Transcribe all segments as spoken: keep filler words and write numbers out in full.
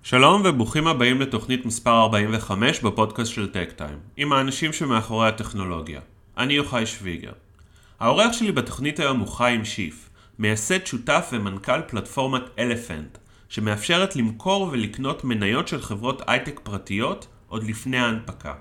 שלום וברוכים הבאים לתוכנית מספר ארבעים וחמש בפודקאסט של טק טיים, עם האנשים שמאחורי הטכנולוגיה. אני יוחאי שוויגר. האורח שלי בתוכנית היום הוא חיים שיף, מייסד שותף ומנכ"ל פלטפורמת אלפנט, שמאפשרת למכור ולקנות מניות של חברות הייטק פרטיות עוד לפני ההנפקה.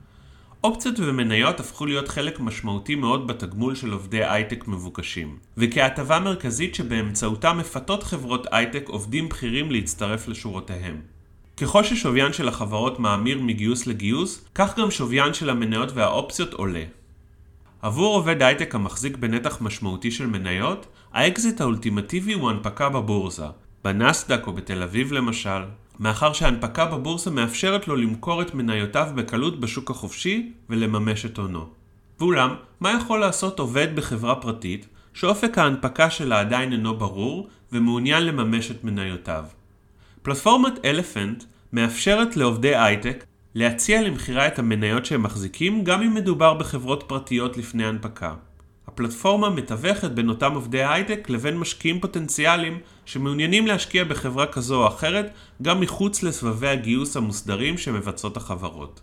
אופציות ומניות הפכו להיות חלק משמעותי מאוד בתגמול של עובדי הייטק מבוקשים, וכהטבה מרכזית שבאמצעותה מפתות חברות הייטק עובדים בכירים להצטרף לשורותיהם. ככל ששוויין של החברות מאמיר מגיוס לגיוס, כך גם שוויין של המניות והאופציות עולה. עבור עובד הייטק המחזיק בנתח משמעותי של מניות, האקזיט האולטימטיבי הוא הנפקה בבורסה, בנסדק או בתל אביב למשל, מאחר שההנפקה בבורסה מאפשרת לו למכור את מניותיו בקלות בשוק החופשי ולממש את הונו. ואולם, מה יכול לעשות עובד בחברה פרטית שאופק ההנפקה שלה עדיין אינו ברור ומעוניין לממש את מניותיו? פלטפורמת אלפנט מאפשרת לעובדי הייטק להציע למכירה את המניות שהם מחזיקים גם אם מדובר בחברות פרטיות לפני ההנפקה. הפלטפורמה מתווכת בין אותם עובדי הייטק לבין משקיעים פוטנציאליים שמעוניינים להשקיע בחברה כזו או אחרת גם מחוץ לסבבי הגיוס המוסדרים שמבצעות החברות.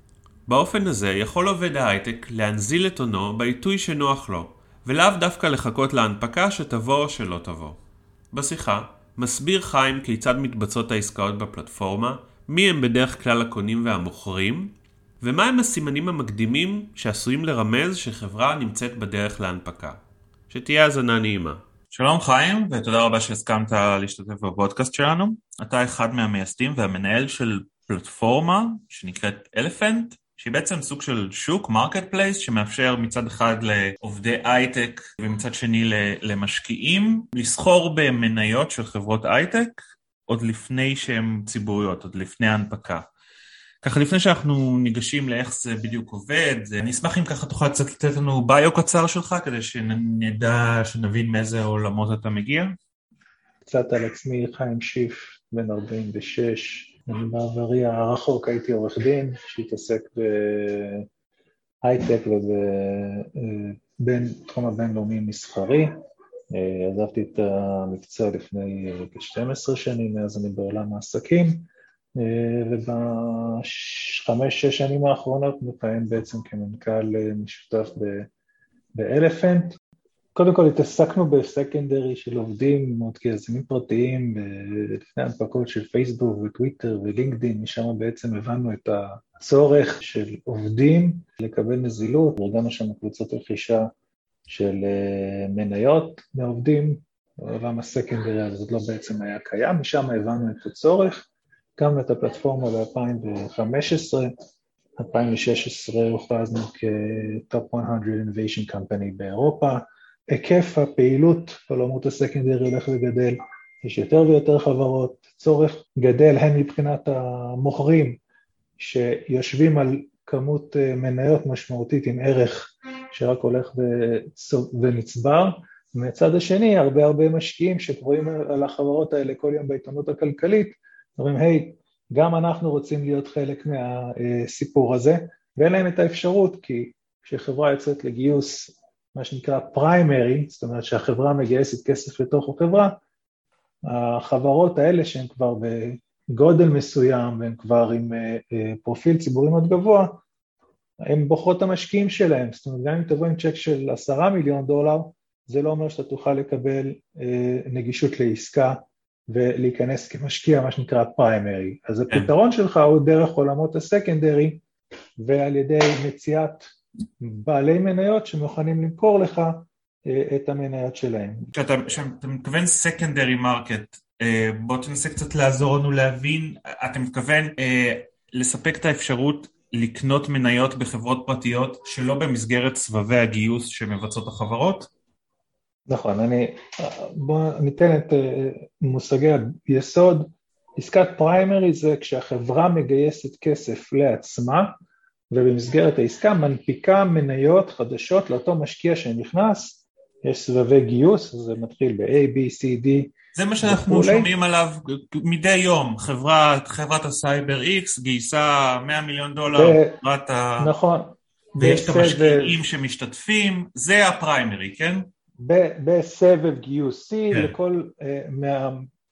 באופן הזה יכול עובד ההייטק להנזיל את הונו בעיתוי שנוח לו, ולאו דווקא לחכות להנפקה שתבוא או שלא תבוא. בשיחה מסביר חיים כיצד מתבצעות העסקאות בפלטפורמה, מי הם בדרך כלל הקונים והמוכרים, ומה הם הסימנים המקדימים שעשויים לרמז שחברה נמצאת בדרך להנפקה. שתהיה האזנה נעימה. שלום חיים, ותודה רבה שהסכמת להשתתף בפודקאסט שלנו. אתה אחד מהמייסדים והמנהל של פלטפורמה שנקראת אלפנט, שהיא בעצם סוג של שוק, מרקט פלייס, שמאפשר מצד אחד לעובדי הייטק ומצד שני למשקיעים לסחור במניות של חברות הייטק עוד לפני שהן ציבוריות, עוד לפני ההנפקה. ככה לפני שאנחנו ניגשים לאיך זה בדיוק עובד, אני אשמח אם ככה תוכל קצת לתת לנו ביו קצר שלך, כדי שנדע, שנבין מאיזה עולמות אתה מגיע. קצת על עצמי, חיים שיף, בן ארבעים ושש, אני בעברי הרחוק הייתי עורך דין, שהתעסק בהייטק ובתחום הבינלאומי מסחרי. עזבתי את המקצוע לפני כ-שתים עשרה שנים, מאז אני בעולם העסקים, ובחמש שש שנים האחרונות מכהן בעצם כמנכ"ל משותף באלפנט. קודם כל התעסקנו בסקנדרי של עובדים מאוד כיזמים פרטיים לפני הנפקות של פייסבוק וטוויטר ולינקדין, משם בעצם הבנו את הצורך של עובדים לקבל נזילות, וארגנו שם קבוצות רכישה של מניות מעובדים, העולם הסקנדרי הזה זאת לא בעצם היה קיים, משם הבנו את הצורך, הקמנו את הפלטפורמה ב-אלפיים וחמש עשרה, אלפיים ושש עשרה הוכרזנו כ-Top מאה Innovation Company באירופה, היקף הפעילות בעולמות הסקנדרי הולך וגדל, יש יותר ויותר חברות, צורך גדל הן מבחינת המוכרים שיושבים על כמות מניות משמעותית עם ערך שרק הולך ונצבר, ומצד השני הרבה הרבה משקיעים שקוראים על החברות האלה כל יום בעיתונות הכלכלית, אומרים, היי, גם אנחנו רוצים להיות חלק מהסיפור הזה, ואין להם את האפשרות, כי כשחברה יוצאת לגיוס, מה שנקרא פריימרי, זאת אומרת שהחברה מגייסת כסף לתוך החברה, החברות האלה שהן כבר בגודל מסוים, והן כבר עם פרופיל ציבורי מאוד גבוה, הן בוחרות את המשקיעים שלהם, זאת אומרת, גם אם תבוא עם צ'ק של עשרה מיליון דולר, זה לא אומר שאתה תוכל לקבל נגישות לעסקה, ולהיכנס כמשקיע, מה שנקרא פריימרי. אז הפתרון שלך הוא דרך עולמות הסקנדרי, ועל ידי מציאת בעלי מניות שמוכנים למכור לך את המניות שלהם. כשאתה מתכוון סקנדרי מרקט, בוא תנסה קצת לעזור לנו להבין, אתה מתכוון לספק את האפשרות לקנות מניות בחברות פרטיות שלא במסגרת סבבי הגיוס שמבצעות החברות? נכון, אני, בוא ניתן את מושגי היסוד. עסקת פריימרי זה כשהחברה מגייסת כסף לעצמה, ובמסגרת העסקה מנפיקה מניות חדשות לאותו משקיע שנכנס, יש סבבי גיוס, זה מתחיל ב-A, B, C, D. זה מה שאנחנו שומעים עליו מדי יום, חברת, חברת הסייבר X גייסה מאה מיליון דולר, חברת ה... נכון. ויש את המשקיעים שמשתתפים, זה הפריימרי, כן? בסבב גיוסי, לכל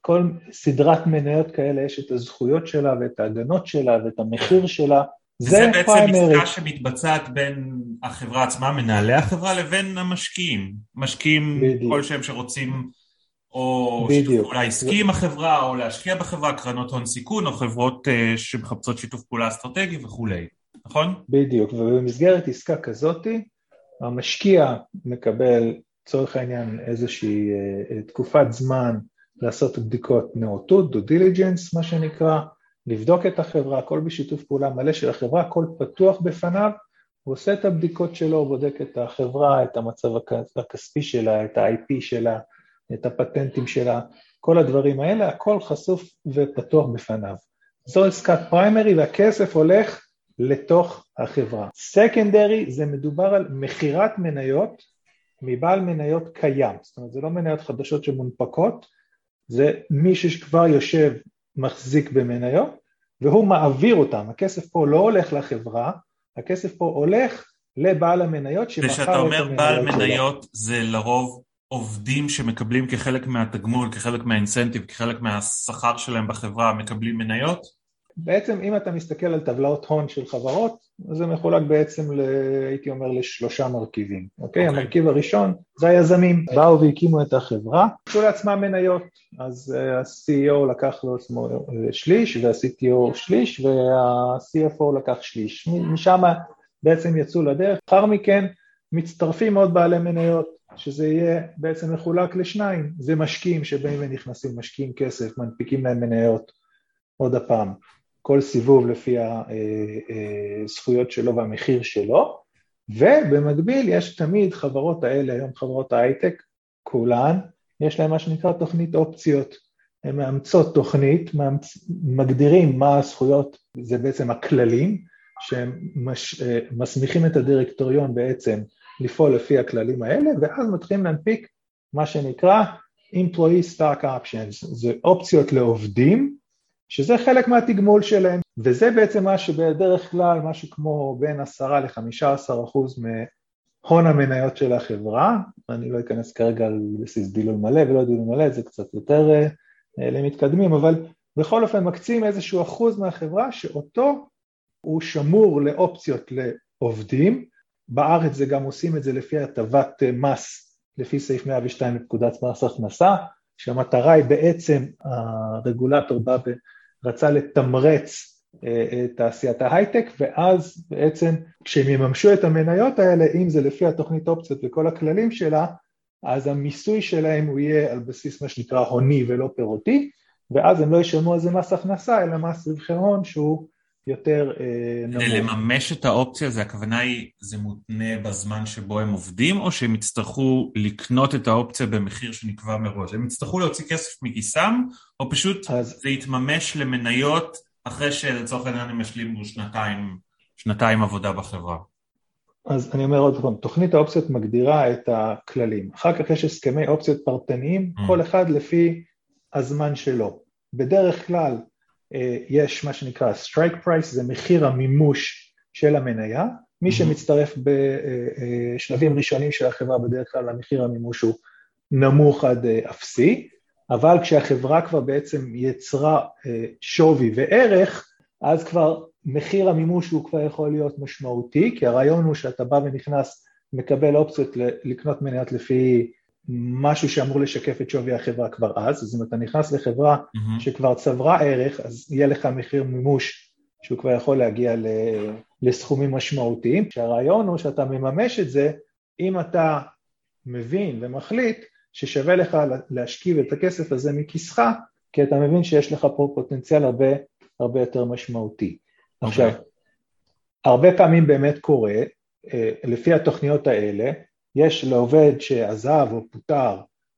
כל סדרת מניות כאלה יש את הזכויות שלה ואת ההגנות שלה ואת המחיר שלה, זה בעצם עסקה שמתבצעת בין החברה עצמה, מנהלי החברה, לבין המשקיעים. משקיעים כלשהם שרוצים או שיתוף פעולה עסקי עם החברה, או להשקיע בחברה, קרנות הון סיכון, או חברות שמחפשות שיתוף פעולה אסטרטגי וכו'. נכון? בדיוק, ובמסגרת עסקה כזאת, המשקיע מקבל, צורך העניין, איזושהי תקופת זמן לעשות בדיקות נאותות, due diligence, מה שנקרא, לבדוק את החברה, הכל בשיתוף פעולה מלא של החברה, הכל פתוח בפניו, הוא עושה את הבדיקות שלו, הוא בודק את החברה, את המצב הכספי שלה, את ה-איי פי שלה, את הפטנטים שלה, כל הדברים האלה, הכל חשוף ופתוח בפניו. זו עסקת פריימרי, והכסף הולך לתוך החברה. סקנדרי, זה מדובר על מחירת מניות מבעל מניות קיים, זאת אומרת, זה לא מניות חדשות שמונפקות, זה מישהו שכבר יושב מחזיק במניות, והוא מעביר אותם. הכסף פה לא הולך לחברה, הכסף פה הולך לבעל המניות שמחר את המניות שלו. ושאתה אומר בעל מניות, זה לרוב עובדים שמקבלים כחלק מהתגמול, כחלק מהאינסנטיב, כחלק מהשכר שלהם בחברה, מקבלים מניות? בעצם אם אתה מסתכל על טבלאות הון של חברות, זה מחולק בעצם, הייתי אומר, לשלושה מרכיבים. אוקיי? Okay. המרכיב הראשון זה היזמים, באו והקימו את החברה, עשו לעצמם מניות, אז ה-סי אי או לקח לו עצמו שליש, וה-סי טי או שליש, וה-סי אף או לקח שליש. משם בעצם יצאו לדרך, אחר מכן מצטרפים עוד בעלי מניות, שזה יהיה בעצם מחולק לשניים, זה משקיעים שבאים ונכנסים, משקיעים כסף, מנפיקים להם מניות, עוד הפעם. כל סיבוב לפי הזכויות שלו והמחיר שלו, ובמקביל יש תמיד חברות האלה, היום חברות ההייטק, כולן, יש להם מה שנקרא תוכנית אופציות, הן מאמצות תוכנית, מגדירים מה הזכויות, זה בעצם הכללים, שהם מסמיכים את הדירקטוריון בעצם לפעול לפי הכללים האלה, ואז מתחילים להנפיק מה שנקרא Employee Stock Options, זה אופציות לעובדים, שזה חלק מהתגמול שלהם, וזה בעצם מה שבדרך כלל, משהו כמו בין עשרה לחמישה עשר אחוז מהון המניות של החברה, אני לא אכנס כרגע על בסיס דילול מלא ולא דילול מלא, זה קצת יותר למתקדמים, אבל בכל אופן מקצים איזשהו אחוז מהחברה, שאותו הוא שמור לאופציות לעובדים, בארץ זה גם עושים את זה לפי הטבת מס, לפי סעיף מאה ושתיים לפקודת מס הכנסה, שהמטרה היא בעצם, הרגולטור בא ורצה לתמרץ את תעשיית ההייטק, ואז בעצם כשהם יממשו את המניות האלה, אם זה לפי התוכנית אופציות וכל הכללים שלה, אז המיסוי שלהם הוא יהיה על בסיס מה שנקרא הוני ולא פירותי, ואז הם לא ישלמו על זה מס הכנסה, אלא מס רווחי הון שהוא יותר נמוך. כדי לממש את האופציה, זה הכוונה היא, זה מותנה בזמן שבו הם עובדים, או שהם יצטרכו לקנות את האופציה במחיר שנקבע מראש? הם יצטרכו להוציא כסף מכיסם, או פשוט אז... זה יתממש למניות, אחרי שלצורך העניין הם ישלימו שנתיים, שנתיים עבודה בחברה? אז אני אומר עוד פעם, תוכנית האופציות מגדירה את הכללים. אחר כך יש הסכמי אופציות פרטניים, mm. כל אחד לפי הזמן שלו. בדרך כלל, יש מה שנקרא strike price, זה מחיר המימוש של המניה, מי שמצטרף בשלבים ראשונים של החברה, בדרך כלל המחיר המימוש הוא נמוך עד אפסי, אבל כשהחברה כבר בעצם יצרה שווי וערך, אז כבר מחיר המימוש הוא כבר יכול להיות משמעותי, כי הרעיון הוא שאתה בא ונכנס, מקבל אופציות לקנות מניות לפי משהו שאמור לשקף את שווי החברה כבר אז, אז אם אתה נכנס לחברה mm-hmm. שכבר צברה ערך, אז יהיה לך מחיר מימוש שהוא כבר יכול להגיע לסכומים משמעותיים, שהרעיון הוא שאתה מממש את זה, אם אתה מבין ומחליט ששווה לך להשכיב את הכסף הזה מכיסך, כי אתה מבין שיש לך פה פוטנציאל הרבה, הרבה יותר משמעותי. Okay. עכשיו, הרבה פעמים באמת קורה, לפי התוכניות האלה, יש לעובד שעזב או פוטר,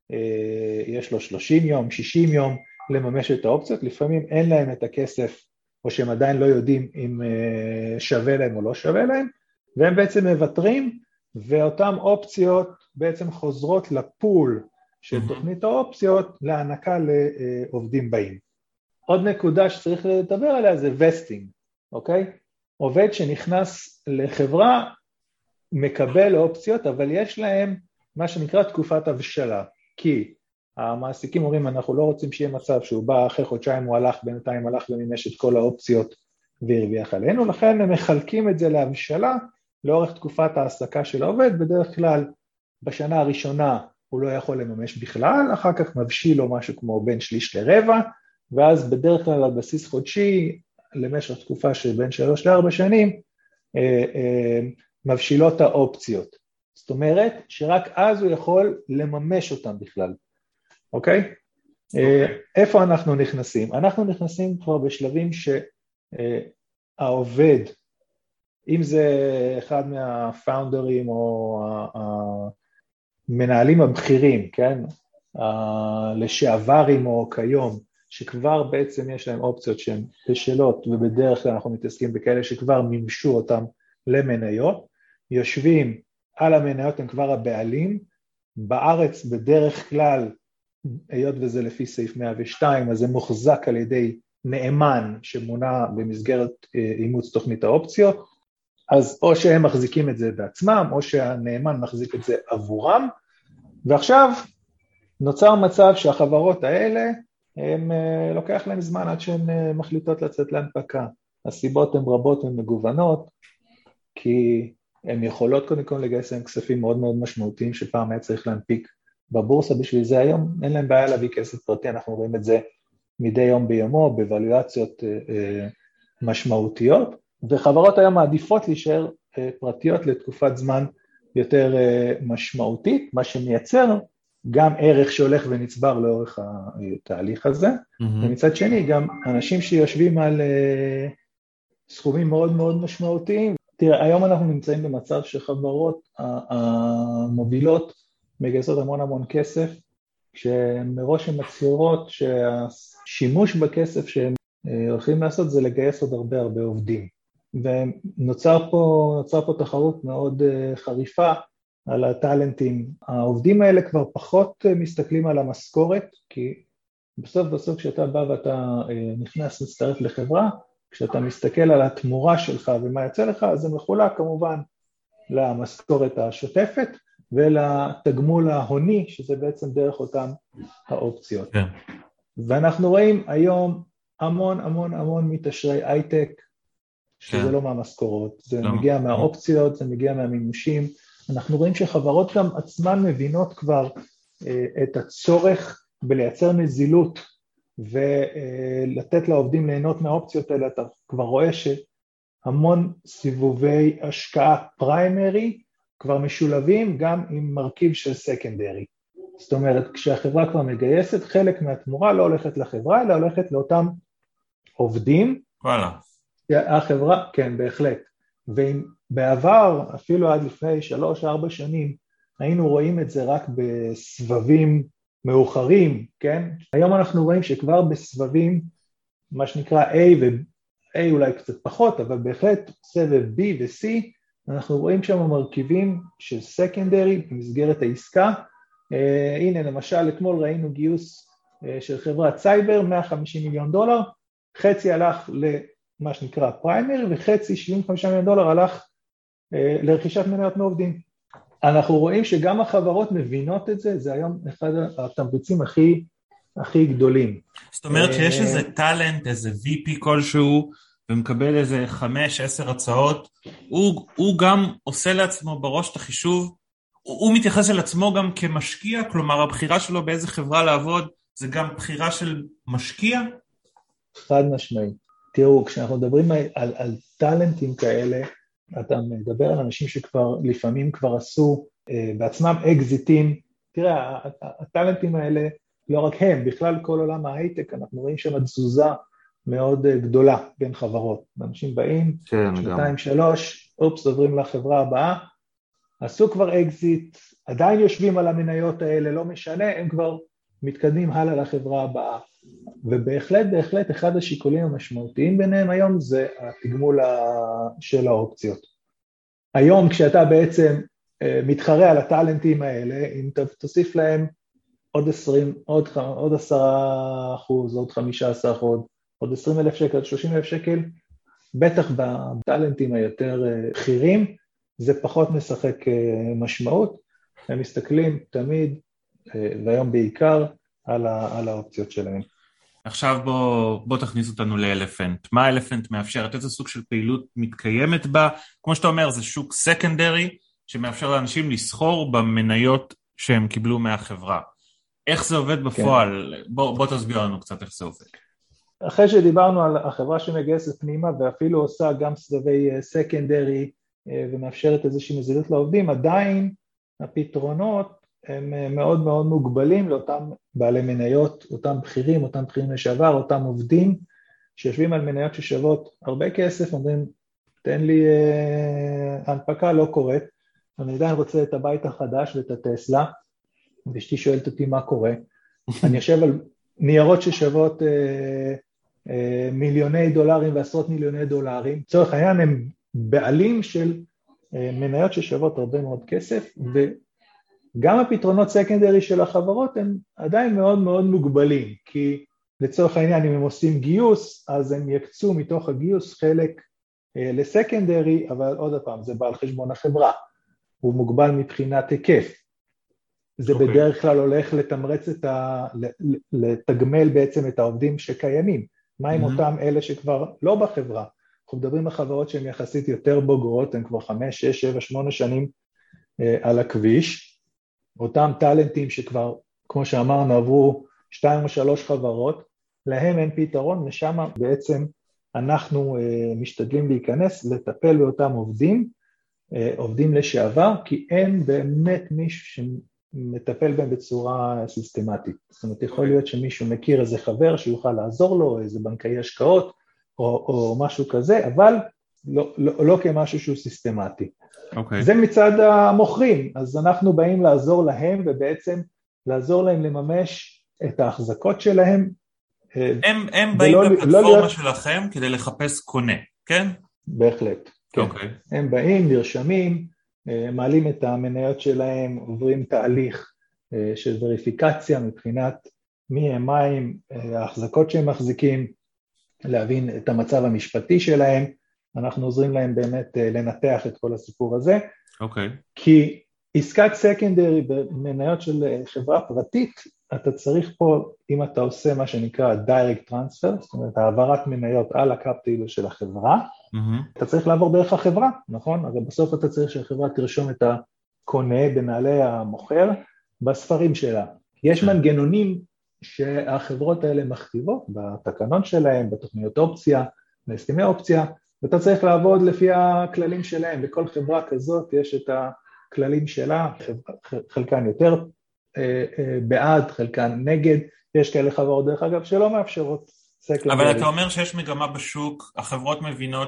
יש לו שלושים יום, שישים יום לממש את האופציות, לפעמים אין להם את הכסף, או שהם עדיין לא יודעים אם שווה להם או לא שווה להם, והם בעצם מבטרים, ואותן אופציות בעצם חוזרות לפול של mm-hmm. תוכנית האופציות, להענקה לעובדים באים. עוד נקודה שצריך לדבר עליה זה וסטינג, אוקיי? עובד שנכנס לחברה, מקבל אופציות, אבל יש להם מה שנקרא תקופת הבשלה, כי המעסיקים אומרים, אנחנו לא רוצים שיהיה מצב שהוא בא אחרי חודשיים, הוא הלך, בינתיים הלך ומימש את כל האופציות והרוויח עלינו, לכן הם מחלקים את זה להבשלה, לאורך תקופת העסקה של העובד, בדרך כלל בשנה הראשונה הוא לא יכול לממש בכלל, אחר כך מבשיל לו משהו כמו בין שליש לרבע, ואז בדרך כלל על בסיס חודשי, למשך תקופה של בין שלוש לארבע שנים, מבשילות האופציות. זאת אומרת שרק אז הוא יכול לממש אותם בכלל. אוקיי? Okay. איפה אנחנו נכנסים? אנחנו נכנסים כבר בשלבים שהעובד, אם זה אחד מהפאונדרים או המנהלים הבכירים, כן? לשעברים או כיום, שכבר בעצם יש להם אופציות שהן בשלות, ובדרך כלל אנחנו מתעסקים בכאלה שכבר מימשו אותם למניות, יושבים על המניות, הם כבר הבעלים, בארץ בדרך כלל, היות וזה לפי סעיף מאה ושתיים, אז זה מוחזק על ידי נאמן שמונה במסגרת אימוץ תוכנית האופציות, אז או שהם מחזיקים את זה בעצמם, או שהנאמן מחזיק את זה עבורם, ועכשיו נוצר מצב שהחברות האלה, הם לוקח להם זמן עד שהן מחליטות לצאת להנפקה. הסיבות הן רבות ומגוונות, כי הן יכולות קודם כל לגייס להם כספים מאוד מאוד משמעותיים, שפעם היה צריך להנפיק בבורסה, בשביל זה היום אין להם בעיה להביא כסף פרטי, אנחנו רואים את זה מדי יום ביומו, בוואלואציות אה, משמעותיות, וחברות היום מעדיפות להישאר אה, פרטיות לתקופת זמן יותר אה, משמעותית, מה שמייצר גם ערך שהולך ונצבר לאורך התהליך הזה, mm-hmm. ומצד שני גם אנשים שיושבים על אה, סכומים מאוד מאוד משמעותיים, תראה, היום אנחנו נמצאים במצב שחברות המובילות מגייסות המון המון כסף, כשמראש הן מצהירות שהשימוש בכסף שהם הולכים לעשות זה לגייס עוד הרבה הרבה עובדים. ונוצר פה, נוצר פה תחרות מאוד חריפה על הטלנטים. העובדים האלה כבר פחות מסתכלים על המשכורת, כי בסוף בסוף כשאתה בא ואתה נכנס להצטרף לחברה, כשאתה מסתכל על התמורה שלך ומה יוצא לך, אז זה מחולק כמובן למשכורת השוטפת, ולתגמול ההוני, שזה בעצם דרך אותם האופציות. כן. ואנחנו רואים היום המון המון המון מתעשרי הייטק, שזה כן. לא מהמשכורות, זה לא. מגיע מהאופציות, זה מגיע מהמימושים, אנחנו רואים שחברות גם עצמן מבינות כבר אה, את הצורך בלייצר נזילות, ולתת לעובדים ליהנות מהאופציות האלה, אתה כבר רואה שהמון סיבובי השקעה פריימרי, כבר משולבים גם עם מרכיב של סקנדרי. זאת אומרת, כשהחברה כבר מגייסת, חלק מהתמורה לא הולכת לחברה, אלא הולכת לאותם עובדים. וואלה. החברה, כן, בהחלט. ובעבר, אפילו עד לפני שלוש, ארבע שנים, היינו רואים את זה רק בסבבים מאוחרים, כן? היום אנחנו רואים שכבר בסבבים, מה שנקרא A ו-A אולי קצת פחות, אבל בהחלט סבב B ו-C, אנחנו רואים שם מרכיבים של סקנדרי במסגרת העסקה. Uh, הנה למשל אתמול ראינו גיוס uh, של חברת סייבר, מאה וחמישים מיליון דולר, חצי הלך למה שנקרא פריימרי, וחצי שבעים וחמישה מיליון דולר הלך uh, לרכישת מניות מעובדים. אנחנו רואים שגם החברות מבינות את זה, זה היום אחד התמריצים הכי, הכי גדולים. זאת אומרת שיש איזה טלנט, איזה וי פי כלשהו, ומקבל איזה חמש, עשר הצעות, הוא, הוא גם עושה לעצמו בראש את החישוב, הוא, הוא מתייחס אל עצמו גם כמשקיע, כלומר הבחירה שלו באיזה חברה לעבוד, זה גם בחירה של משקיע? חד משמעי. תראו, כשאנחנו מדברים על, על, על טלנטים כאלה, אתה מדבר על אנשים שכבר לפעמים כבר עשו אה, בעצמם אקזיטים, תראה, הטלנטים האלה, לא רק הם, בכלל כל עולם ההייטק, אנחנו רואים שם תזוזה מאוד גדולה בין חברות. אנשים באים, כן, שנתיים, גם. שלוש, אופס, עוברים לחברה הבאה, עשו כבר אקזיט, עדיין יושבים על המניות האלה, לא משנה, הם כבר מתקדמים הלאה לחברה הבאה. ובהחלט, בהחלט, אחד השיקולים המשמעותיים ביניהם היום זה התגמול של האופציות. היום כשאתה בעצם מתחרה על הטלנטים האלה, אם תוסיף להם עוד עשרים, עוד, עוד עשרה אחוז, עוד חמישה עשר אחוז, עוד עשרים אלף שקל, שלושים אלף שקל, בטח בטלנטים היותר בכירים, זה פחות משחק משמעות. הם מסתכלים תמיד, והיום בעיקר, על, ה, על האופציות שלהם. עכשיו בוא, בוא תכניס אותנו לאלפנט. מה אלפנט מאפשרת? איזה סוג של פעילות מתקיימת בה? כמו שאתה אומר, זה שוק סקנדרי שמאפשר לאנשים לסחור במניות שהם קיבלו מהחברה. איך זה עובד בפועל? כן. בוא, בוא תסביר לנו קצת איך זה עובד. אחרי שדיברנו על החברה שמגייסת פנימה ואפילו עושה גם סבבי סקנדרי ומאפשרת איזושהי נזילות לעובדים, עדיין הפתרונות הם מאוד מאוד מוגבלים לאותם בעלי מניות, אותם בכירים, אותם בכירים לשעבר, אותם עובדים שיושבים על מניות ששוות הרבה כסף, אומרים, תן לי אה, הנפקה, לא קורית, אני עדיין רוצה את הבית החדש ואת הטסלה, ואשתי שואלת אותי מה קורה, אני יושב על ניירות ששוות אה, אה, מיליוני דולרים ועשרות מיליוני דולרים, צורך העניין הם בעלים של אה, מניות ששוות הרבה מאוד כסף, ו... גם הפתרונות סקנדרי של החברות הם עדיין מאוד מאוד מוגבלים, כי לצורך העניין אם הם עושים גיוס, אז הם יקצו מתוך הגיוס חלק אה, לסקנדרי, אבל עוד פעם, זה בא על חשבון החברה, הוא מוגבל מבחינת היקף. זה okay. בדרך כלל הולך לתמרץ את ה... לתגמל בעצם את העובדים שקיימים. מה עם mm-hmm. אותם אלה שכבר לא בחברה? אנחנו מדברים על חברות שהן יחסית יותר בוגרות, הן כבר חמש, שש, שבע, שמונה שנים אה, על הכביש, אותם טלנטים שכבר, כמו שאמרנו, עברו שתיים או שלוש חברות, להם אין פתרון, ושם בעצם אנחנו uh, משתדלים להיכנס, לטפל באותם עובדים, uh, עובדים לשעבר, כי אין באמת מישהו שמטפל בהם בצורה סיסטמטית. זאת אומרת, יכול להיות שמישהו מכיר איזה חבר שיוכל לעזור לו, איזה בנקאי השקעות, או, או משהו כזה, אבל לא, לא, לא כמשהו שהוא סיסטמטי. Okay. זה מצד המוכרים, אז אנחנו באים לעזור להם ובעצם לעזור להם לממש את ההחזקות שלהם. הם, הם באים לפלטפורמה לא להיות... שלכם כדי לחפש קונה, כן? בהחלט, כן. Okay. הם באים, נרשמים, מעלים את המניות שלהם, עוברים תהליך של וריפיקציה מבחינת מי הם, מה הם, ההחזקות שהם מחזיקים, להבין את המצב המשפטי שלהם, אנחנו עוזרים להם באמת לנתח את כל הסיפור הזה, אוקיי. כי עסקת סקנדרי במניות של חברה פרטית, אתה צריך פה, אם אתה עושה מה שנקרא direct transfer, זאת אומרת העברת מניות על הקפיטל של החברה, mm-hmm. אתה צריך לעבור דרך החברה, נכון? הרי בסוף אתה צריך שהחברה תרשום את הקונה בנעלי המוכר בספרים שלה. יש mm-hmm. מנגנונים שהחברות האלה מכתיבות בתקנון שלהם, בתוכניות אופציה, בהסכמי אופציה, ואתה צריך לעבוד לפי הכללים שלהם, בכל חברה כזאת יש את הכללים שלה, חלקן יותר בעד, חלקן נגד, יש כאלה חברות דרך אגב שלא מאפשרות סקנדרי. אבל אתה אומר שיש מגמה בשוק, החברות מבינות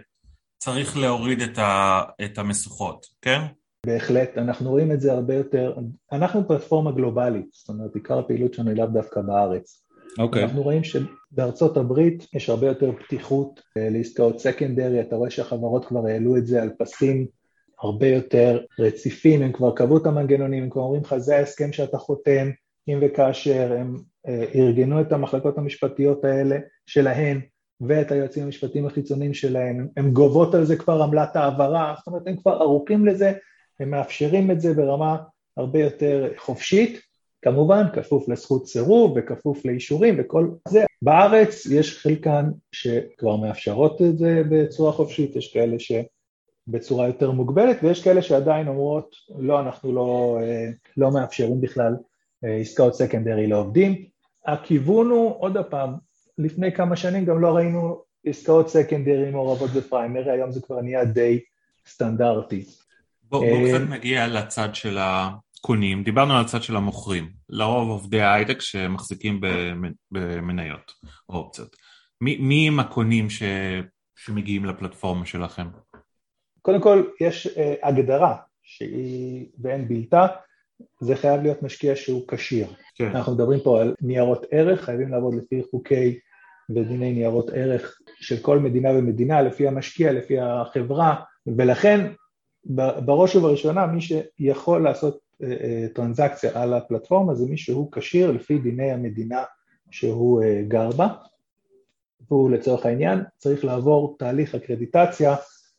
שצריך להוריד את, ה, את המשוכות, כן? בהחלט, אנחנו רואים את זה הרבה יותר, אנחנו פלטפורמה גלובלית, זאת אומרת, עיקר הפעילות שלנו לאו דווקא בארץ. Okay. אנחנו רואים שבארצות הברית יש הרבה יותר פתיחות לעסקאות סקנדרי, אתה רואה שהחברות כבר העלו את זה על פסים הרבה יותר רציפים, הם כבר קבעו את המנגנונים, הם כבר אומרים לך, זה ההסכם שאתה חותם, אם וכאשר הם ארגנו את המחלקות המשפטיות האלה שלהן, ואת היועצים המשפטיים החיצוניים שלהם, הם גובות על זה כבר עמלת העברה, זאת אומרת, הם כבר ארוכים לזה, הם מאפשרים את זה ברמה הרבה יותר חופשית, כמובן, כפוף לזכות סירוב וכפוף לאישורים וכל זה. בארץ יש חלקן שכבר מאפשרות את זה בצורה חופשית, יש כאלה שבצורה יותר מוגבלת, ויש כאלה שעדיין אומרות, לא, אנחנו לא, לא מאפשרים בכלל עסקאות סקנדרי לעובדים. הכיוון הוא, עוד הפעם, לפני כמה שנים גם לא ראינו עסקאות סקנדרי מעורבות בפריימרי, היום זה כבר נהיה די סטנדרטי. בוא, בוא קצת נגיע לצד של הקונים, דיברנו על הצד של המוכרים, לרוב עובדי ההייטק שמחזיקים במניות או אופציות. מי, מי הם הקונים ש, שמגיעים לפלטפורמה שלכם? קודם כל יש אה, הגדרה שהיא ואין בלתה, זה חייב להיות משקיע שהוא קשיר. כן. אנחנו מדברים פה על ניירות ערך, חייבים לעבוד לפי חוקי ודיני ניירות ערך של כל מדינה ומדינה, לפי המשקיע, לפי החברה, ולכן בראש ובראשונה מי שיכול לעשות טרנזקציה על הפלטפורמה זה מי שהוא קשיר לפי דיני המדינה שהוא גר בה, והוא לצורך העניין צריך לעבור תהליך אקרדיטציה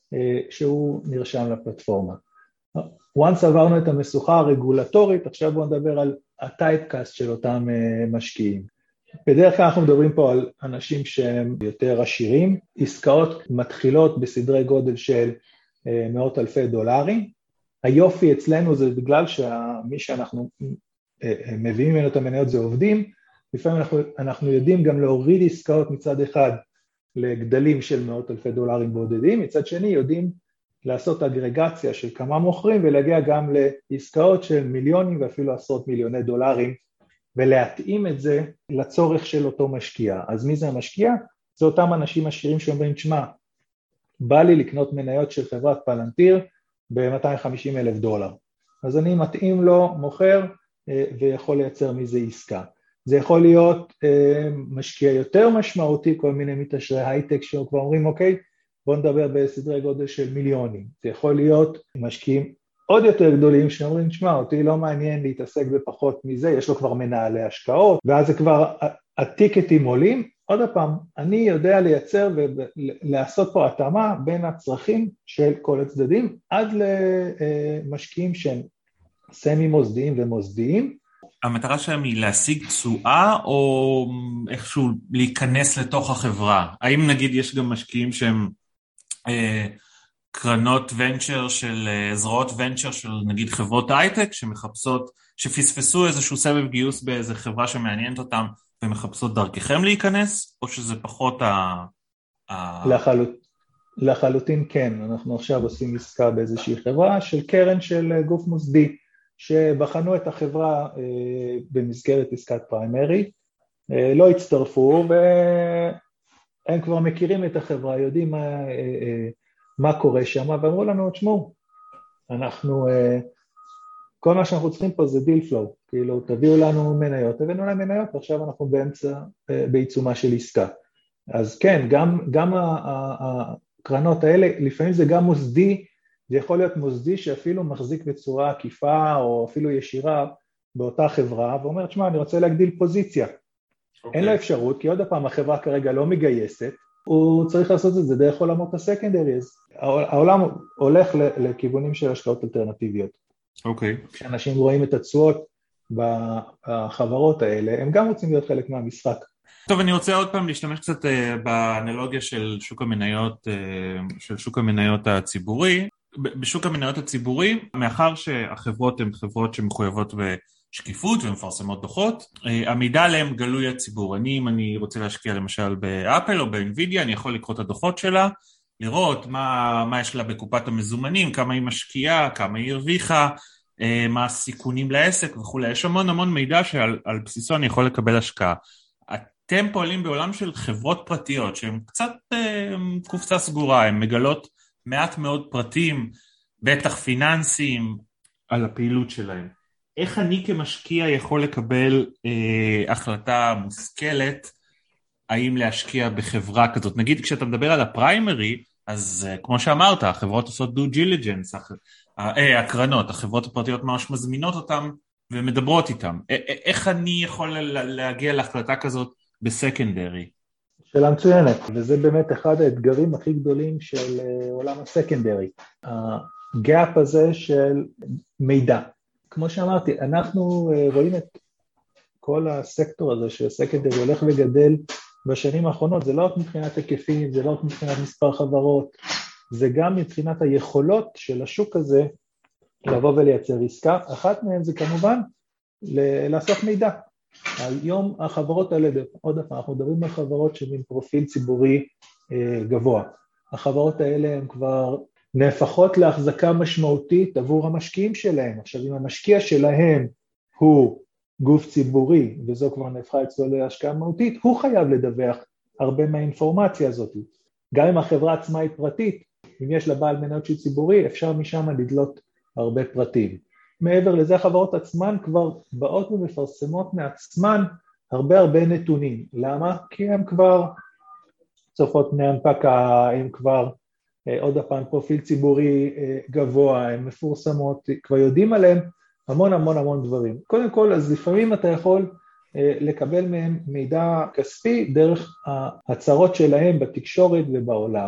שהוא נרשם לפלטפורמה. once עברנו את המשוכה הרגולטורית, עכשיו בואו נדבר על הטייפקאסט של אותם משקיעים. בדרך כלל אנחנו מדברים פה על אנשים שהם יותר עשירים, עסקאות מתחילות בסדרי גודל של מאות אלפי דולרים. היופי אצלנו זה בגלל שמי שאנחנו מביאים ממנו את המניות זה עובדים, לפעמים אנחנו, אנחנו יודעים גם להוריד עסקאות מצד אחד לגדלים של מאות אלפי דולרים בודדים, מצד שני יודעים לעשות אגרגציה של כמה מוכרים ולהגיע גם לעסקאות של מיליונים ואפילו עשרות מיליוני דולרים, ולהתאים את זה לצורך של אותו משקיע. אז מי זה המשקיע? זה אותם אנשים עשירים שאומרים, תשמע, בא לי לקנות מניות של חברת פלנטיר ב-מאתיים וחמישים אלף דולר. אז אני מתאים לו, מוכר, ויכול לייצר מזה עסקה. זה יכול להיות משקיע יותר משמעותי, כל מיני מתעשרי הייטק שכבר אומרים, אוקיי, בוא נדבר בסדרי גודל של מיליונים. זה יכול להיות משקיעים עוד יותר גדולים שאומרים, תשמע, אותי לא מעניין להתעסק בפחות מזה, יש לו כבר מנהלי השקעות, ואז זה כבר, הטיקטים עולים. עוד פעם, אני יודע לייצר ולעשות פה התאמה בין הצרכים של כל הצדדים, עד למשקיעים שהם סמי מוסדיים ומוסדיים. המטרה שלהם היא להשיג תשואה או איכשהו להיכנס לתוך החברה? האם נגיד יש גם משקיעים שהם אה, קרנות ונצ'ר של, אה, זרועות ונצ'ר של נגיד חברות הייטק שמחפשות, שפספסו איזשהו סבב גיוס באיזו חברה שמעניינת אותם ומחפשות דרככם להיכנס, או שזה פחות ה... ה... לחלוט, לחלוטין כן, אנחנו עכשיו עושים עסקה באיזושהי חברה של קרן של גוף מוסדי, שבחנו את החברה אה, במסגרת עסקת פריימרי, אה, לא הצטרפו והם כבר מכירים את החברה, יודעים מה, אה, אה, מה קורה שם, ואמרו לנו, תשמעו, אנחנו, אה, כל מה שאנחנו צריכים פה זה דיל פלואו, כאילו תביאו לנו מניות, הבאנו להם מניות, ועכשיו אנחנו באמצע, אה, בעיצומה של עסקה. אז כן, גם, גם הקרנות האלה, לפעמים זה גם מוסדי, זה יכול להיות מוסדי שאפילו מחזיק בצורה עקיפה או אפילו ישירה באותה חברה, ואומר, תשמע, אני רוצה להגדיל פוזיציה. Okay. אין לו אפשרות, כי עוד הפעם החברה כרגע לא מגייסת, הוא צריך לעשות את זה דרך עולמות הסקנדריז. העולם הולך לכיוונים של השקעות אלטרנטיביות. אוקיי. Okay. כשאנשים רואים את התשואות בחברות האלה, הם גם רוצים להיות חלק מהמשחק. טוב, אני רוצה עוד פעם להשתמש קצת באנלוגיה של שוק המניות, של שוק המניות הציבורי. בשוק המניות הציבורי, מאחר שהחברות הן חברות שמחויבות בשקיפות ומפרסמות דוחות, המידע עליהם גלוי הציבור. אני, אם אני רוצה להשקיע למשל באפל או באנווידיה, אני יכול לקרוא את הדוחות שלה, לראות מה, מה יש לה בקופת המזומנים, כמה היא משקיעה, כמה היא הרוויחה, מה הסיכונים לעסק וכו'. יש המון המון מידע שעל על בסיסו אני יכול לקבל השקעה. אתם פועלים בעולם של חברות פרטיות, שהן קצת קופסה סגורה, הן מגלות מעט מאוד פרטים, בטח פיננסיים, על הפעילות שלהם. איך אני כמשקיע יכול לקבל אה, החלטה מושכלת, האם להשקיע בחברה כזאת? נגיד, כשאתה מדבר על הפריימרי, אז אה, כמו שאמרת, החברות עושות דו ג'יליג'נס, אה, הקרנות, החברות הפרטיות ממש מזמינות אותם ומדברות איתם. אה, אה, איך אני יכול להגיע להחלטה כזאת בסקנדרי? שאלה מצוינת, וזה באמת אחד האתגרים הכי גדולים של עולם הסקנדרי. הגאפ הזה של מידע. כמו שאמרתי, אנחנו רואים את כל הסקטור הזה שהסקנדרי הולך וגדל בשנים האחרונות, זה לא רק מבחינת היקפים, זה לא רק מבחינת מספר חברות, זה גם מבחינת היכולות של השוק הזה לבוא ולייצר עסקה. אחת מהן זה כמובן לאסוף מידע. היום החברות האלה, עוד פעם, אנחנו מדברים על חברות שעם פרופיל ציבורי אה, גבוה. החברות האלה הן כבר נהפכות להחזקה משמעותית עבור המשקיעים שלהם. עכשיו, אם המשקיע שלהם הוא גוף ציבורי, וזו כבר נהפכה אצלו להשקעה מהותית, הוא חייב לדווח הרבה מהאינפורמציה הזאת. גם אם החברה עצמה היא פרטית, אם יש לה בעל מניות של ציבורי, אפשר משם לדלות הרבה פרטים. מעבר לזה, החברות עצמן כבר באות ומפרסמות מעצמן הרבה הרבה נתונים. למה? כי הן כבר צופות מהנפקה, הן כבר עוד הפעם פרופיל ציבורי גבוה, הן מפורסמות, כבר יודעים עליהן המון המון המון דברים. קודם כל, אז לפעמים אתה יכול לקבל מהם מידע כספי דרך ההצהרות שלהם בתקשורת ובעולם,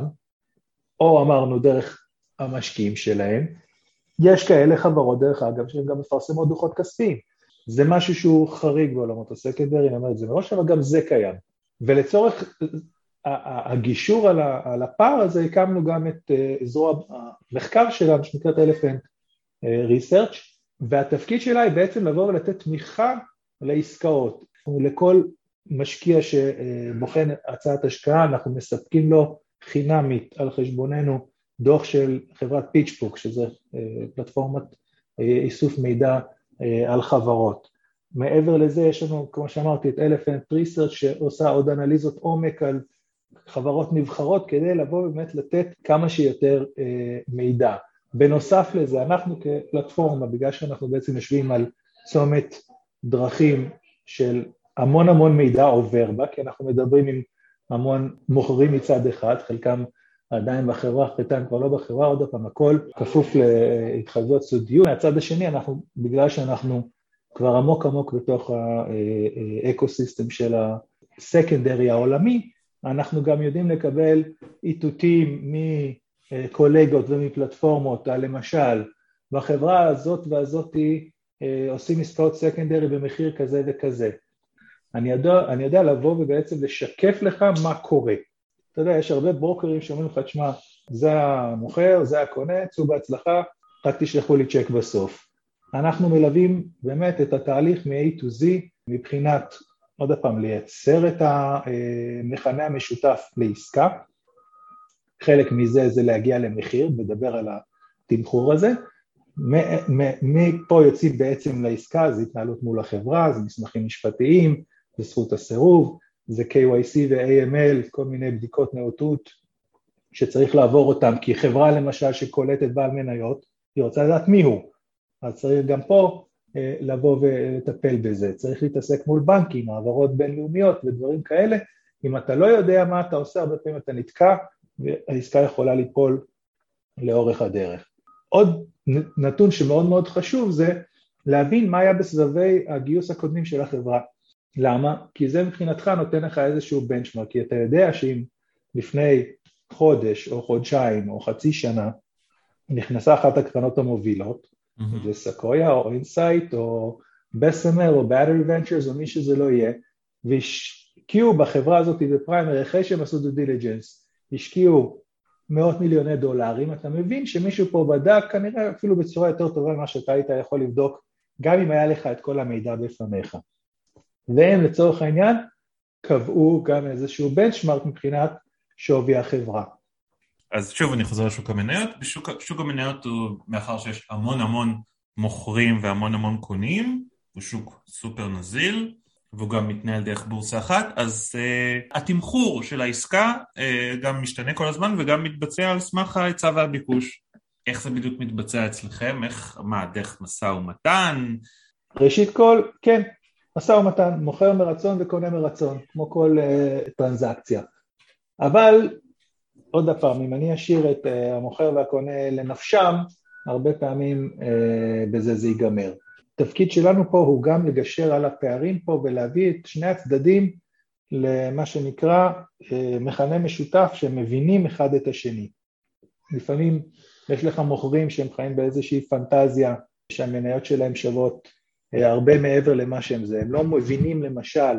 או אמרנו דרך המשקיעים שלהם. יש כאלה חברות דרך אגב שהן גם מפרסמות דוחות כספיים. זה משהו שהוא חריג בעולמות הסקנדרי, אני אומר את זה מראש, אבל גם זה קיים. ולצורך הגישור על הפער הזה, הקמנו גם את זרוע המחקר שלנו, שנקראת אלפנט ריסרצ', והתפקיד שלה היא בעצם לבוא ולתת תמיכה לעסקאות. לכל משקיע שבוחן הצעת השקעה, אנחנו מספקים לו חינמית על חשבוננו דוח של חברת פיצ'בוק, שזה פלטפורמת איסוף מידע על חברות. מעבר לזה יש לנו, כמו שאמרתי, את אלפנט ריסרצ' שעושה עוד אנליזות עומק על חברות נבחרות, כדי לבוא באמת לתת כמה שיותר מידע. בנוסף לזה, אנחנו כפלטפורמה, בגלל שאנחנו בעצם יושבים על צומת דרכים של המון המון מידע עובר בה, כי אנחנו מדברים עם המון מוכרים מצד אחד, חלקם עדיין בחברה, חלקם כבר לא בחברה, עוד פעם, הכל כפוף להתחייבויות סודיות. מהצד השני, אנחנו, בגלל שאנחנו כבר עמוק עמוק בתוך האקוסיסטם של הסקנדרי העולמי, אנחנו גם יודעים לקבל איתותים מקולגות ומפלטפורמות, למשל, בחברה הזאת והזאת עושים עסקאות סקנדרי במחיר כזה וכזה. אני יודע, אני יודע לבוא ובעצם לשקף לך מה קורה. אתה יודע, יש הרבה ברוקרים שאומרים לך, תשמע, זה המוכר, זה הקונה, צאו בהצלחה, רק תשלחו לי צ'ק בסוף. אנחנו מלווים באמת את התהליך מ-A to Z, מבחינת, עוד פעם, לייצר את המכנה המשותף לעסקה. חלק מזה זה להגיע למחיר, מדבר על התמחור הזה. מפה יוצאים בעצם לעסקה, זה התנהלות מול החברה, זה מסמכים משפטיים, זה זכות הסירוב, זה K Y C ו-A M L, כל מיני בדיקות נאותות שצריך לעבור אותם, כי חברה למשל שקולטת בעל מניות, היא רוצה לדעת מי הוא, אז צריך גם פה אה, לבוא ולטפל בזה, צריך להתעסק מול בנקים, העברות בינלאומיות ודברים כאלה, אם אתה לא יודע מה אתה עושה, הרבה פעמים אתה נתקע, והעסקה יכולה ליפול לאורך הדרך. עוד נתון שמאוד מאוד חשוב זה להבין מה היה בסבבי הגיוס הקודמים של החברה. למה? כי זה מבחינתך נותן לך איזשהו בנצ'מרק, כי אתה יודע שאם לפני חודש או חודשיים או חצי שנה נכנסה אחת הקרנות המובילות, mm-hmm. זה סקויה או אינסייט או בסמר או Battery Ventures או מי שזה לא יהיה, והשקיעו בחברה הזאת בפריימר, אחרי שהם עשו דו דיליג'נס, השקיעו מאות מיליוני דולרים, אתה מבין שמישהו פה בדק, כנראה אפילו בצורה יותר טובה ממה שאתה היית יכול לבדוק, גם אם היה לך את כל המידע בפניך. והם לצורך העניין קבעו גם איזשהו בנצ'מרק מבחינת שווי החברה. אז שוב אני חוזר לשוק המניות, בשוק שוק המניות הוא, מאחר שיש המון המון מוכרים והמון המון קונים, הוא שוק סופר נזיל, והוא גם מתנהל דרך בורסה אחת, אז uh, התמחור של העסקה uh, גם משתנה כל הזמן, וגם מתבצע על סמך ההיצע והביקוש. איך זה בדיוק מתבצע אצלכם? איך, מה, דרך משא ומתן? ראשית כל, כן, משא ומתן, מוכר מרצון וקונה מרצון, כמו כל uh, טרנזקציה. אבל, עוד הפעם, אם אני אשאיר את uh, המוכר והקונה לנפשם, הרבה פעמים uh, בזה זה ייגמר. התפקיד שלנו פה הוא גם לגשר על הפערים פה ולהביא את שני הצדדים למה שנקרא מכנה משותף שמבינים אחד את השני. לפעמים יש לך מוכרים שהם חיים באיזושהי פנטזיה שהמניות שלהם שוות הרבה מעבר למה שהם זה. הם לא מבינים למשל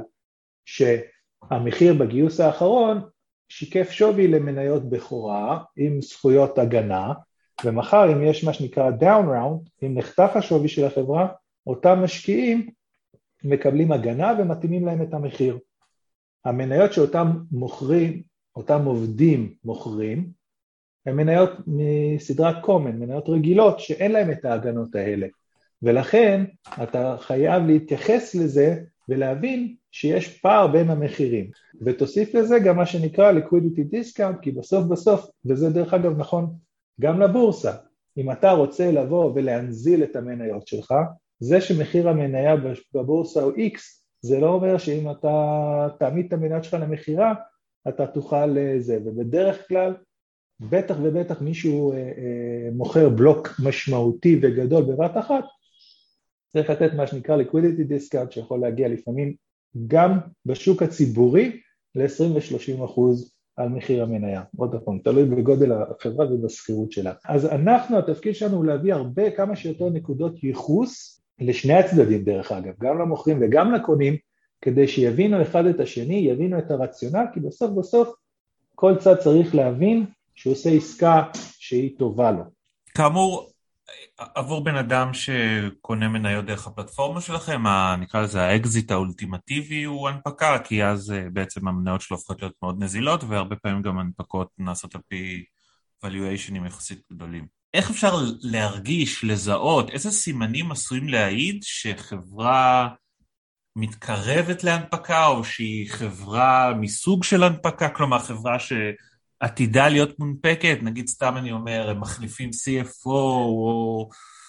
שהמחיר בגיוס האחרון שיקף שווי למניות בכורה עם זכויות הגנה, ומחר אם יש מה שנקרא down round, אם נחתך השווי של החברה, אותם משקיעים מקבלים הגנה ומתאימים להם את המחיר. המניות שאותם מוכרים, אותם עובדים מוכרים, הן מניות מסדרת קומן, מניות רגילות שאין להם את ההגנות האלה. ולכן אתה חייב להתייחס לזה ולהבין שיש פער בין המחירים. ותוסיף לזה גם מה שנקרא liquidity discount, כי בסוף בסוף, וזה דרך אגב נכון גם לבורסה, אם אתה רוצה לבוא ולהנזיל את המניות שלך, זה שמחיר המניה בבורסה הוא X, זה לא אומר שאם אתה תעמיד את המניות שלך למחירה, אתה תוכל לזה, ובדרך כלל, בטח ובטח מישהו אה, אה, מוכר בלוק משמעותי וגדול בבת אחת, צריך לתת מה שנקרא liquidity discount, שיכול להגיע לפעמים גם בשוק הציבורי ל-עשרים ו-שלושים אחוז על מחיר המניה. עוד פעם, תלוי בגודל החברה ובסחירות שלה. אז אנחנו, התפקיד שלנו הוא להביא הרבה, כמה שיותר נקודות ייחוס לשני הצדדים דרך אגב, גם למוכרים וגם לקונים, כדי שיבינו אחד את השני, יבינו את הרציונל, כי בסוף בסוף כל צד צריך להבין שהוא עושה עסקה שהיא טובה לו. כאמור, עבור בן אדם שקונה מניות דרך הפלטפורמה שלכם, נקרא לזה האקזיט האולטימטיבי הוא הנפקה, כי אז בעצם המניות שלו הופכות להיות מאוד נזילות, והרבה פעמים גם הנפקות נעשות על פי valuationים יחסית גדולים. איך אפשר להרגיש, לזהות, איזה סימנים עשויים להעיד שחברה מתקרבת להנפקה, או שהיא חברה מסוג של הנפקה, כלומר חברה שעתידה להיות מונפקת, נגיד סתם אני אומר, הם מחליפים סי אף או, או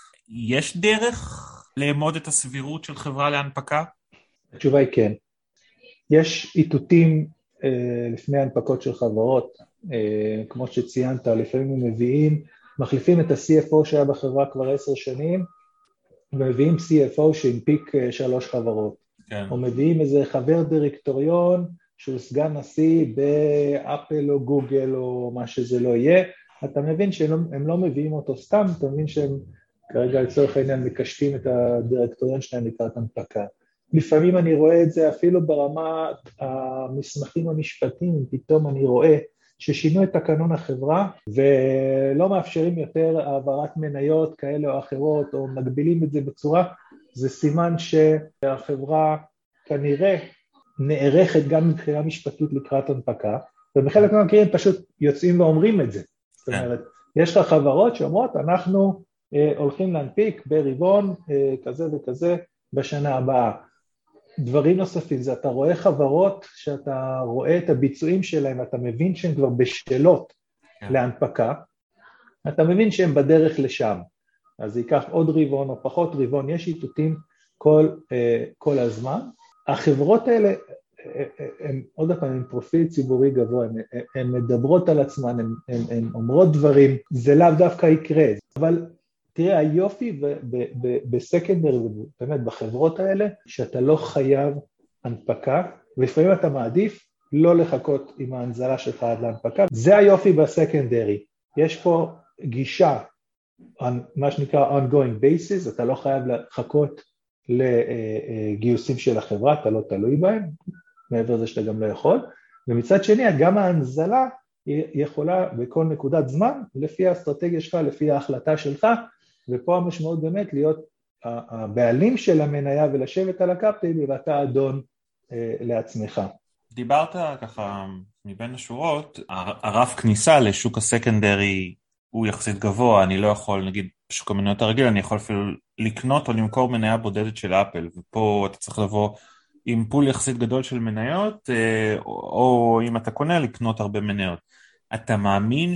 יש דרך לאמוד את הסבירות של חברה להנפקה? התשובה היא כן. יש איתותים אה, לפני הנפקות של חברות, אה, כמו שציינת, לפעמים הם מביאים, מחליפים את ה-סי אף או שהיה בחברה כבר עשר שנים, ומביאים סי אף או שהנפיק שלוש חברות. כן. או מביאים איזה חבר דירקטוריון, שהוא סגן נשיא באפל או גוגל או מה שזה לא יהיה, אתה מבין שהם לא מביאים אותו סתם, אתה מבין שהם כרגע לצורך העניין מקשטים את הדירקטוריון שלהם לקראת הנפקה. לפעמים אני רואה את זה אפילו ברמה המסמכים המשפטיים, פתאום אני רואה ששינו את תקנון החברה ולא מאפשרים יותר העברת מניות כאלה או אחרות או מגבילים את זה בצורה, זה סימן שהחברה כנראה נערכת גם מבחינה משפטית לקראת הנפקה, ובחלק מהמקרים פשוט יוצאים ואומרים את זה. זאת אומרת, יש לך חברות שאומרות, אנחנו אה, הולכים להנפיק ברבעון אה, כזה וכזה בשנה הבאה. דברים נוספים, זה אתה רואה חברות שאתה רואה את הביצועים שלהם, אתה מבין שהן כבר בשלות yeah. להנפקה, אתה מבין שהן בדרך לשם. אז זה ייקח עוד רבעון או פחות רבעון, יש איתותים כל, כל הזמן. החברות האלה, הן עוד פעם, הן פרופיל ציבורי גבוה, הן מדברות על עצמן, הן אומרות דברים, זה לאו דווקא יקרה. אבל תראה, היופי בסקנדרי, באמת בחברות האלה, שאתה לא חייב הנפקה, ולפעמים אתה מעדיף לא לחכות עם ההנזלה שלך עד להנפקה. זה היופי בסקנדרי. יש פה גישה, מה שנקרא ongoing basis, אתה לא חייב לחכות לגיוסים של החברה, אתה לא תלוי בהם, מעבר לזה שאתה גם לא יכול, ומצד שני, גם ההנזלה היא יכולה בכל נקודת זמן, לפי האסטרטגיה שלך, לפי ההחלטה שלך, ופה המשמעות באמת להיות הבעלים של המניה ולשבת על הקפטייל, ואתה אדון לעצמך. דיברת ככה מבין השורות, הרף כניסה לשוק הסקנדרי, הוא יחסית גבוה, אני לא יכול, נגיד, בשוק המניות הרגיל, אני יכול אפילו לקנות או למכור מניה בודדת של אפל, ופה אתה צריך לבוא עם פול יחסית גדול של מניות, או אם אתה קונה, לקנות הרבה מניות. אתה מאמין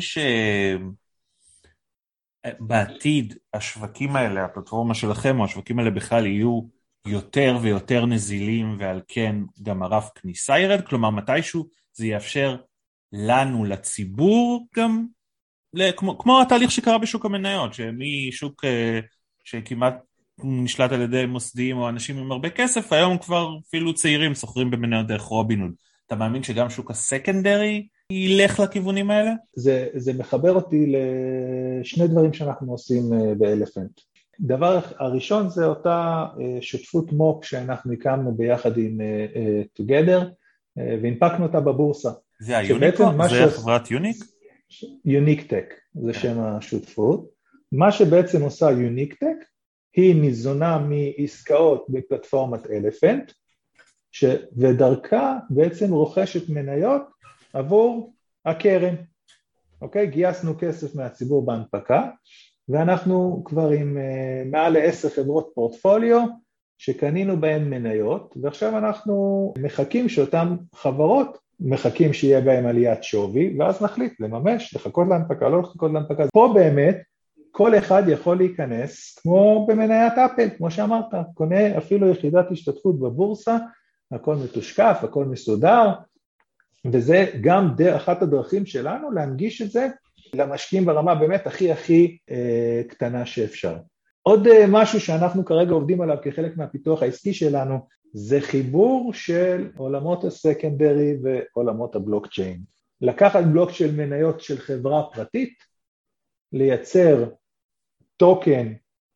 שבעתיד השווקים האלה, הפלטפורמה שלכם, או השווקים האלה בכלל יהיו יותר ויותר נזילים, ועל כן גם הרף כניסה ירד? כלומר, מתישהו זה יאפשר לנו, לציבור, גם כמו, כמו התהליך שקרה בשוק המניות, שמשוק שכמעט נשלט על ידי מוסדיים או אנשים עם הרבה כסף, היום כבר אפילו צעירים סוחרים במניות דרך רובין-הוד. אתה מאמין שגם שוק הסקנדרי ילך לכיוונים האלה? זה, זה מחבר אותי לשני דברים שאנחנו עושים באלפנט. דבר הראשון זה אותה שותפות מוק שאנחנו הקמנו ביחד עם Together, והנפקנו אותה בבורסה. זה היוניקו? זה חברת יוניק? יוניקטק, זה שם השותפות. מה שבעצם עושה יוניקטק, היא ניזונה מעסקאות בפלטפורמת אלפנט, ודרכה בעצם רוכשת מניות עבור הקרן. אוקיי? גייסנו כסף מהציבור בהנפקה, ואנחנו כבר עם מעל לעשר חברות פורטפוליו, שקנינו בהן מניות, ועכשיו אנחנו מחכים שאותן חברות, מחכים שיהיה בהם עליית שווי, ואז נחליט לממש, לחכות להנפקה, לא לחכות להנפקה. פה באמת, כל אחד יכול להיכנס, כמו במניית אפל, כמו שאמרת, קונה אפילו יחידת השתתפות בבורסה, הכל מתושקף, הכל מסודר, וזה גם אחת הדרכים שלנו להנגיש את זה למשקיעים ברמה באמת הכי הכי אה, קטנה שאפשר. עוד אה, משהו שאנחנו כרגע עובדים עליו כחלק מהפיתוח העסקי שלנו, זה חיבור של עולמות הסקנדרי ועולמות הבלוקצ'יין. לקחת בלוק של מניות של חברה פרטית, לייצר טוקן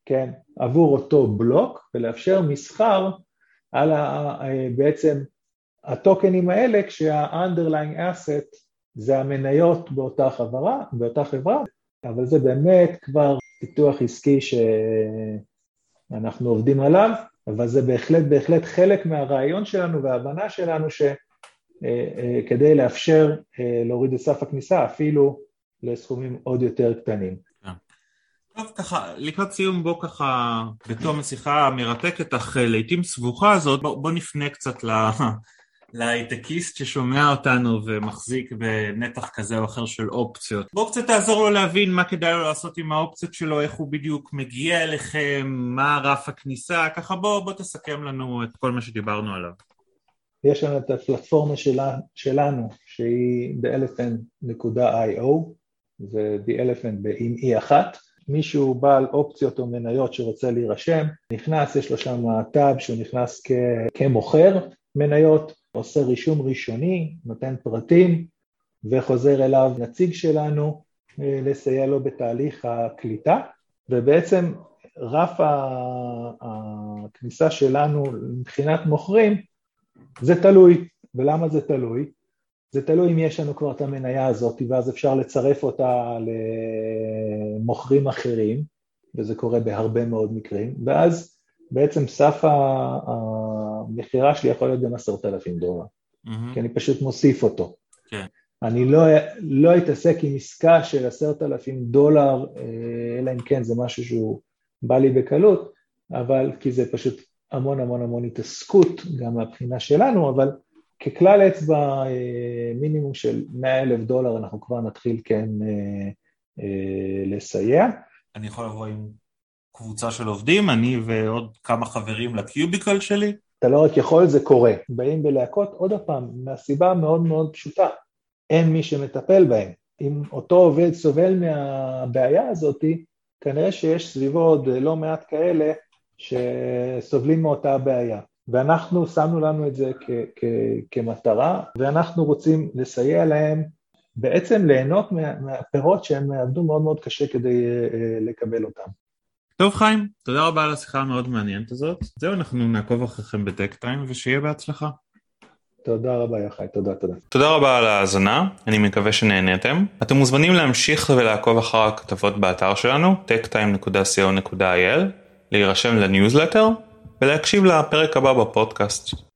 כן, עבור אותו בלוק, ולאפשר מסחר על ה, בעצם הטוקנים האלה, כשה-underlying asset זה המניות באותה חברה, באותה חברה, אבל זה באמת כבר פיתוח עסקי שאנחנו עובדים עליו, אבל זה בהחלט, בהחלט חלק מהרעיון שלנו וההבנה שלנו שכדי לאפשר להוריד את סף הכניסה, אפילו לסכומים עוד יותר קטנים. טוב, ככה, לקראת סיום בוא ככה, בתום השיחה המרתקת, אך לעתים סבוכה הזאת, בוא, בוא נפנה קצת ל... להייטקיסט ששומע אותנו ומחזיק בנתח כזה או אחר של אופציות. בואו קצת תעזור לו להבין מה כדאי לו לעשות עם האופציות שלו, איך הוא בדיוק מגיע אליכם, מה רף הכניסה, ככה בואו בוא תסכם לנו את כל מה שדיברנו עליו. יש לנו את הפלטפורמה שלה, שלנו, שהיא the elephant דוט איי או, זה the elephant עם אי אחת, מישהו בעל אופציות או מניות שרוצה להירשם, נכנס, יש לו שם טאב שהוא נכנס כ... כמוכר מניות, עושה רישום ראשוני, נותן פרטים, וחוזר אליו נציג שלנו לסייע לו בתהליך הקליטה, ובעצם רף הכניסה שלנו מבחינת מוכרים, זה תלוי. ולמה זה תלוי? זה תלוי אם יש לנו כבר את המניה הזאת, ואז אפשר לצרף אותה למוכרים אחרים, וזה קורה בהרבה מאוד מקרים, ואז בעצם סף המחירה שלי יכול להיות גם עשרת אלפים דולר, כי אני פשוט מוסיף אותו. אני לא, לא אתעסק עם עסקה של עשרת אלפים דולר, אלא אם כן זה משהו שהוא בא לי בקלות, אבל כי זה פשוט המון המון המון התעסקות, גם מהבחינה שלנו, אבל ככלל אצבע מינימום של מאה אלף דולר, אנחנו כבר נתחיל כן לסייע. אני יכול לבוא עם קבוצה של עובדים, אני ועוד כמה חברים לקיוביקל שלי. אתה לא רק יכול, זה קורה. באים בלהקות עוד הפעם, מהסיבה מאוד מאוד פשוטה. אין מי שמטפל בהם. אם אותו עובד סובל מהבעיה הזאת, כנראה שיש סביבו עוד לא מעט כאלה שסובלים מאותה הבעיה. ואנחנו שמנו לנו את זה כ- כ- כמטרה, ואנחנו רוצים לסייע להם בעצם ליהנות מה- מהפירות שהם עבדו מאוד מאוד קשה כדי uh, לקבל אותם. טוב חיים, תודה רבה על השיחה המאוד מעניינת הזאת. זהו, אנחנו נעקוב אחריכם בטק טיים, ושיהיה בהצלחה. תודה רבה יחי, תודה, תודה. תודה רבה על ההאזנה, אני מקווה שנהנתם. אתם מוזמנים להמשיך ולעקוב אחר הכתבות באתר שלנו, טק טיים דוט קו דוט איי אל, להירשם לניוזלטר, ולהקשיב לפרק הבא בפודקאסט.